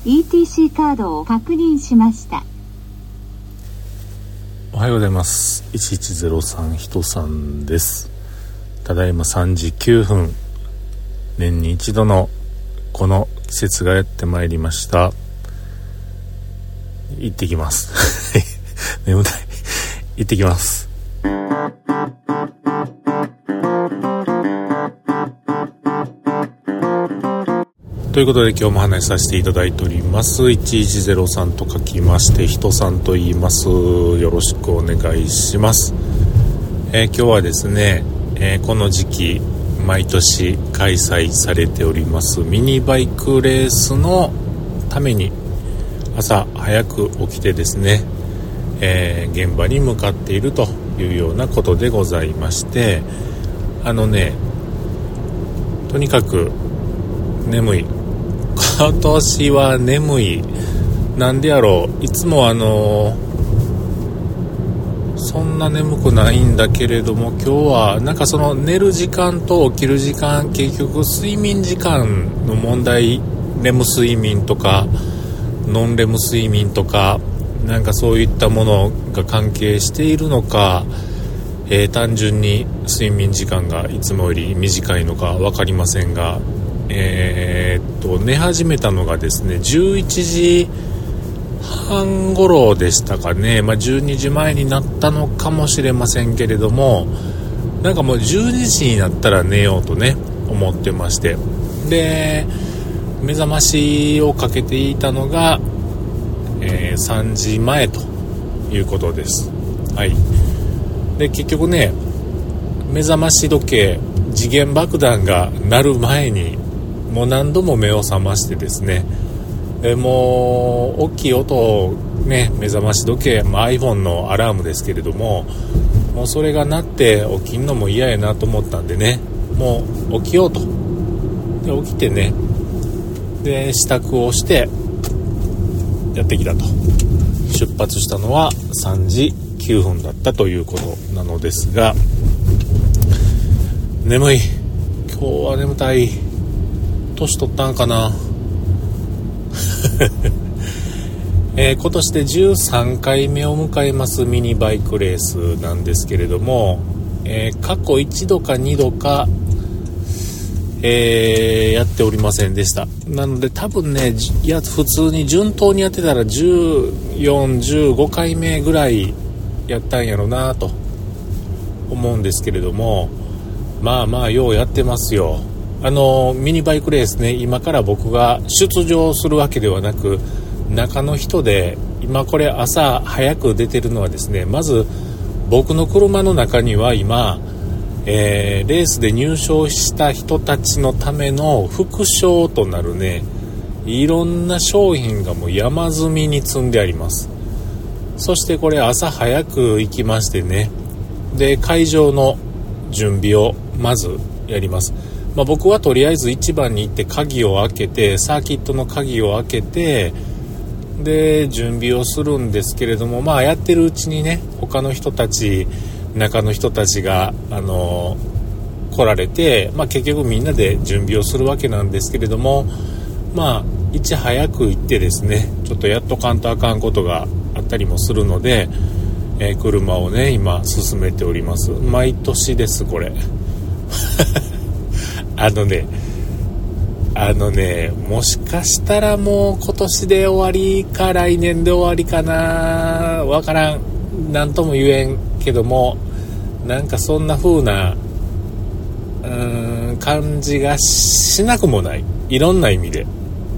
ETC カードを確認しました。 おはようございます。1103人さんです。ただいま3時9分。年に一度のこの季節がやってまいりました。行ってきます眠たい。行ってきます。ということで今日も話させていただいております。1103と書きまして人さんと言います。よろしくお願いします。今日はですね、この時期毎年開催されておりますミニバイクレースのために朝早く起きてですね、現場に向かっているというようなことでございまして、とにかく眠い。今年は眠い。なんでやろう。いつもそんな眠くないんだけれども、今日はなんかその寝る時間と起きる時間、結局睡眠時間の問題、レム睡眠とかノンレム睡眠とかなんかそういったものが関係しているのか、単純に睡眠時間がいつもより短いのか分かりませんが、寝始めたのがですね11時半頃でしたかね。12時前になったのかもしれませんけれども、なんかもう12時になったら寝ようとね思ってまして、で目覚ましをかけていたのが、3時前ということです。はい。で結局ね、目覚まし時計時限爆弾が鳴る前にもう何度も目を覚ましてですね、もう大きい音をね、目覚まし時計、iPhone のアラームですけれども、もうそれが鳴って起きんのも嫌やなと思ったんでね、もう起きようと。で起きてね、で支度をしてやってきたと。出発したのは3時9分だったということなのですが、眠い。今日は眠たい。年取ったんかな今年で13回目を迎えますミニバイクレースなんですけれども、過去1度か2度か、やっておりませんでした。なので多分ね、普通に順当にやってたら14、15回目ぐらいやったんやろなと思うんですけれども、ようやってますよ。ミニバイクレースね、今から僕が出場するわけではなく、中の人で、今これ朝早く出てるのはですね、まず僕の車の中には今、レースで入賞した人たちのための副賞となるね、いろんな商品がもう山積みに積んであります。そしてこれ朝早く行きましてね、で会場の準備をまずやります。僕はとりあえず1番に行って鍵を開けて、サーキットの鍵を開けて、で準備をするんですけれども、やってるうちにね、他の人たち、中の人たちが来られて、結局みんなで準備をするわけなんですけれども、いち早く行ってですね、ちょっとやっとかんとあかんことがあったりもするので、車をね今進めております。毎年ですこれもしかしたらもう今年で終わりか来年で終わりかな、わからん、なんとも言えんけども、なんかそんな風な感じがしなくもない、いろんな意味で。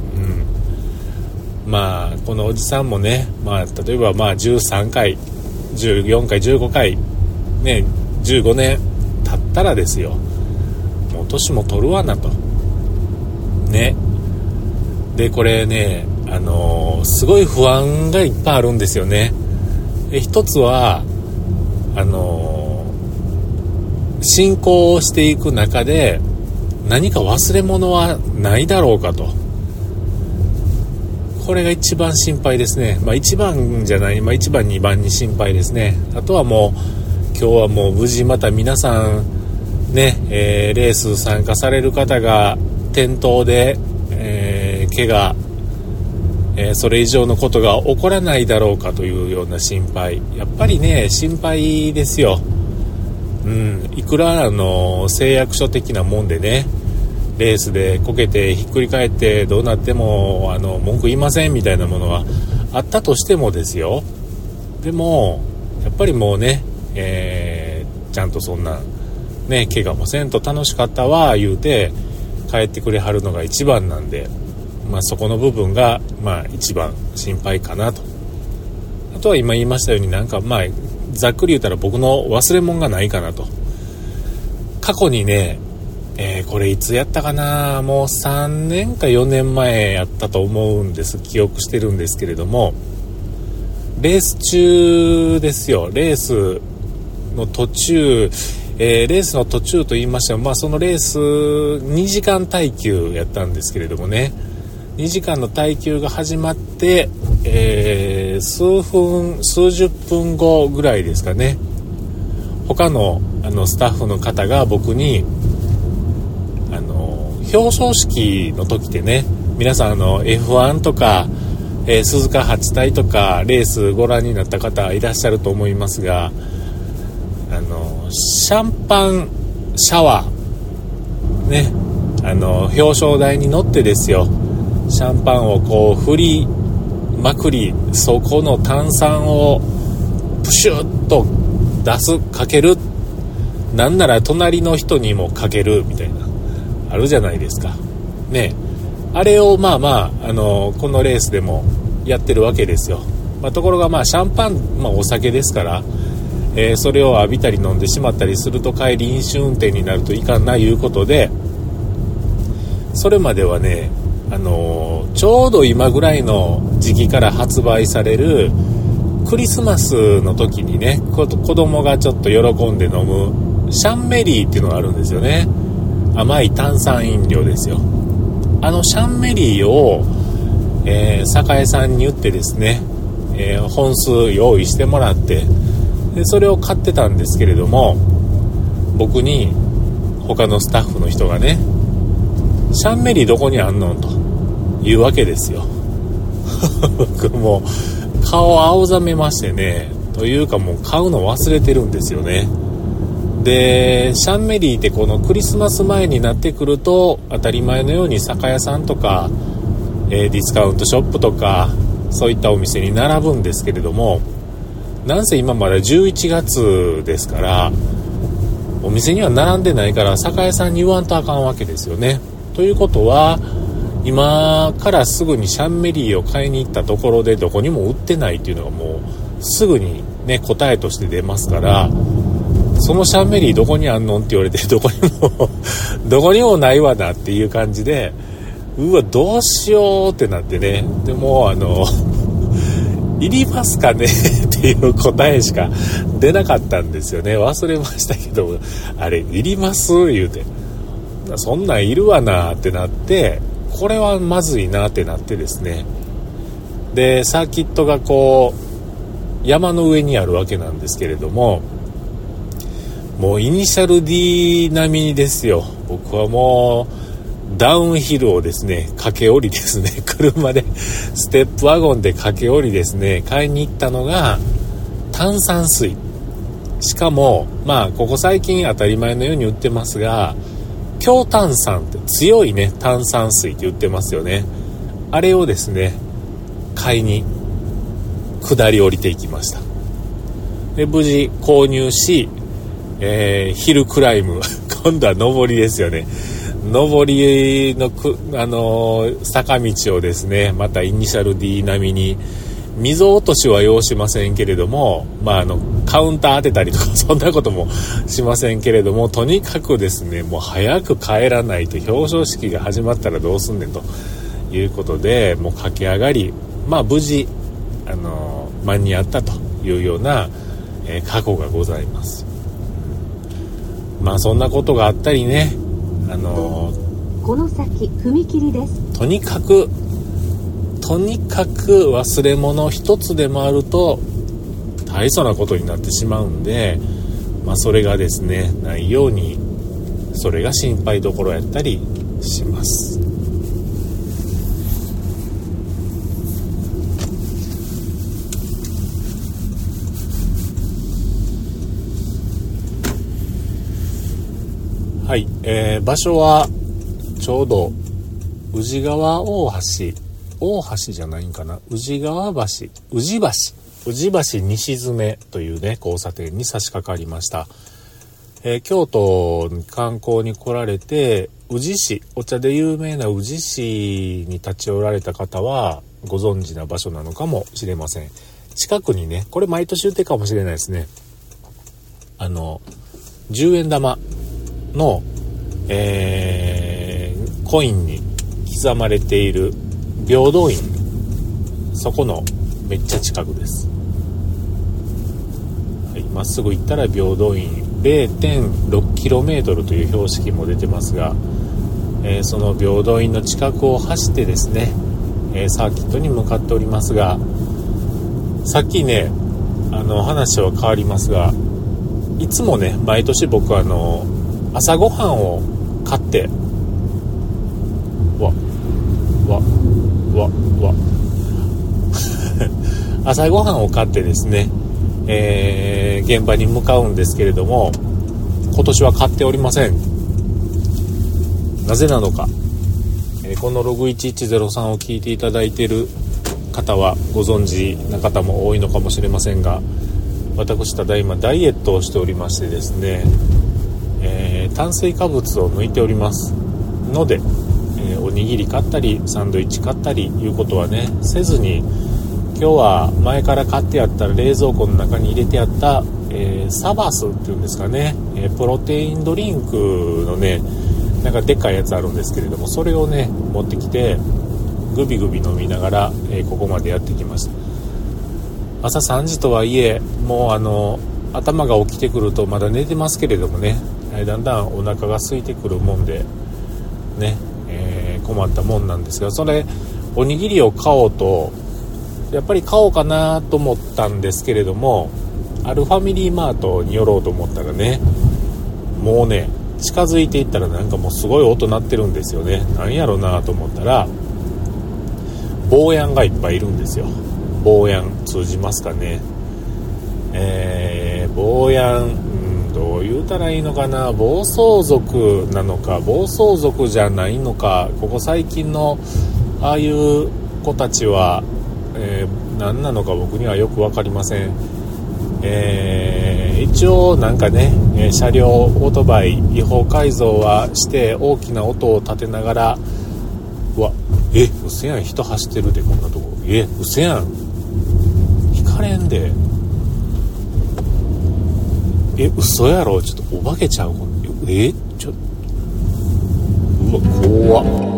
このおじさんもね、例えば13回14回15回ね、15年経ったらですよ、もう年も取るわなとね。でこれね、すごい不安がいっぱいあるんですよね。一つは進行をしていく中で何か忘れ物はないだろうかと、これが一番心配ですね。一番じゃない、1番2番に心配ですね。あとはもう今日はもう無事また皆さんね、レース参加される方が転倒で、怪我それ以上のことが起こらないだろうかというような心配、やっぱりね心配ですよ。いくら誓約書的なもんでね、レースでこけてひっくり返ってどうなっても文句言いませんみたいなものはあったとしてもですよ。でもやっぱりもうね、ちゃんとそんなね怪我もせんと楽しかったわ言うて帰ってくれはるのが一番なんで、そこの部分が一番心配かなと。あとは今言いましたようにざっくり言ったら僕の忘れ物がないかなと。過去にね、これいつやったかな、もう3年か4年前やったと思うんです。記憶してるんですけれども、レース中ですよ。レースの途中、レースの途中と言いましても、そのレース2時間耐久やったんですけれどもね、2時間の耐久が始まって、数十分後ぐらいですかね、他のスタッフの方が僕に表彰式の時でね、皆さんF1 とか、鈴鹿8体とかレースご覧になった方いらっしゃると思いますが、シャンパンシャワーね、表彰台に乗ってですよ、シャンパンをこう振りまくり、そこの炭酸をプシュッとかける、なんなら隣の人にもかけるみたいなあるじゃないですかね。あれをこのレースでもやってるわけですよ。ところがシャンパン、お酒ですから、それを浴びたり飲んでしまったりすると帰り飲酒運転になるといかんないうことで、それまではね、ちょうど今ぐらいの時期から発売されるクリスマスの時にね、子供がちょっと喜んで飲むシャンメリーっていうのがあるんですよね。甘い炭酸飲料ですよ。シャンメリーを、酒屋さんに言ってですね、本数用意してもらって、でそれを買ってたんですけれども、僕に他のスタッフの人がね、シャンメリーどこにあんのというわけですよ。僕もう顔青ざめましてね、というかもう買うの忘れてるんですよね。でシャンメリーってこのクリスマス前になってくると当たり前のように酒屋さんとか、ディスカウントショップとかそういったお店に並ぶんですけれども、なんせ今まだ11月ですからお店には並んでないから酒屋さんに言わんとあかんわけですよね。ということは今からすぐにシャンメリーを買いに行ったところでどこにも売ってないっていうのがもうすぐにね答えとして出ますから、そのシャンメリーどこにあんのって言われてどこにもないわなっていう感じで、うわどうしようってなってね、でもいりますかねっていう答えしか出なかったんですよね。忘れましたけど、あれいります言うて、そんなんいるわなってなって、これはまずいなってなってですね、でサーキットがこう山の上にあるわけなんですけれども、もうイニシャル D 並みにですよ、僕はもうダウンヒルをですね駆け下りですね、車でステップワゴンで駆け下りですね買いに行ったのが炭酸水。しかもここ最近当たり前のように売ってますが、強炭酸って強いね炭酸水って言ってますよね。あれをですね買いに下り降りていきました。で無事購入し、ヒルクライム今度は上りですよね。上りの坂道をですねまたイニシャル D 並みに溝落としは要しませんけれども、カウンター当てたりとかそんなこともしませんけれども、とにかくですねもう早く帰らないと表彰式が始まったらどうすんねんということで、もう駆け上がり、無事間に合ったというような、過去がございます。そんなことがあったりね、 この先踏切です。 とにかく忘れ物一つでもあると大層なことになってしまうんで、それがですねないように、それが心配どころやったりします。 はい、場所はちょうど宇治川大橋じゃないんかな、宇治川橋、宇治橋西詰というね交差点に差し掛かりました。京都に観光に来られて、宇治市、お茶で有名な宇治市に立ち寄られた方はご存知な場所なのかもしれません。近くにね、これ毎年言ってかもしれないですね、10円玉の、コインに刻まれている平等院、そこのめっちゃ近くです。はい、まっすぐ行ったら平等院 0.6km という標識も出てますが、その平等院の近くを走ってですね、サーキットに向かっておりますが、さっきね話は変わりますが、いつもね毎年僕朝ごはんを買って朝ごはんを買ってですね、現場に向かうんですけれども、今年は買っておりません。なぜなのか、このログ1103を聞いていただいている方はご存知な方も多いのかもしれませんが、私ただいまダイエットをしておりましてですね、炭水化物を抜いておりますので、おにぎり買ったりサンドイッチ買ったりいうことはねせずに、今日は前から買ってあった冷蔵庫の中に入れてあった、サバスっていうんですかね、プロテインドリンクのねなんかでっかいやつあるんですけれども、それをね持ってきてグビグビ飲みながら、ここまでやってきました。朝3時とはいえもう頭が起きてくるとまだ寝てますけれどもね、だんだんお腹が空いてくるもんでね、困ったもんなんですが、それおにぎりを買おうとやっぱり買おうかなと思ったんですけれども、あるファミリーマートに寄ろうと思ったらね、もうね近づいていったらなんかもうすごい音鳴ってるんですよね。なんやろなと思ったら坊やんがいっぱいいるんですよ。坊やん通じますかね。坊やん、どう言うたらいいのかな、暴走族なのか暴走族じゃないのか、ここ最近のああいう子たちは、何なのか僕にはよく分かりません。一応なんかね、車両オートバイ違法改造はして大きな音を立てながら、うせやん、人走ってるでこんなとこ、うせやん、引かれんで、嘘やろ、ちょっとお化けちゃう、うわ怖っ。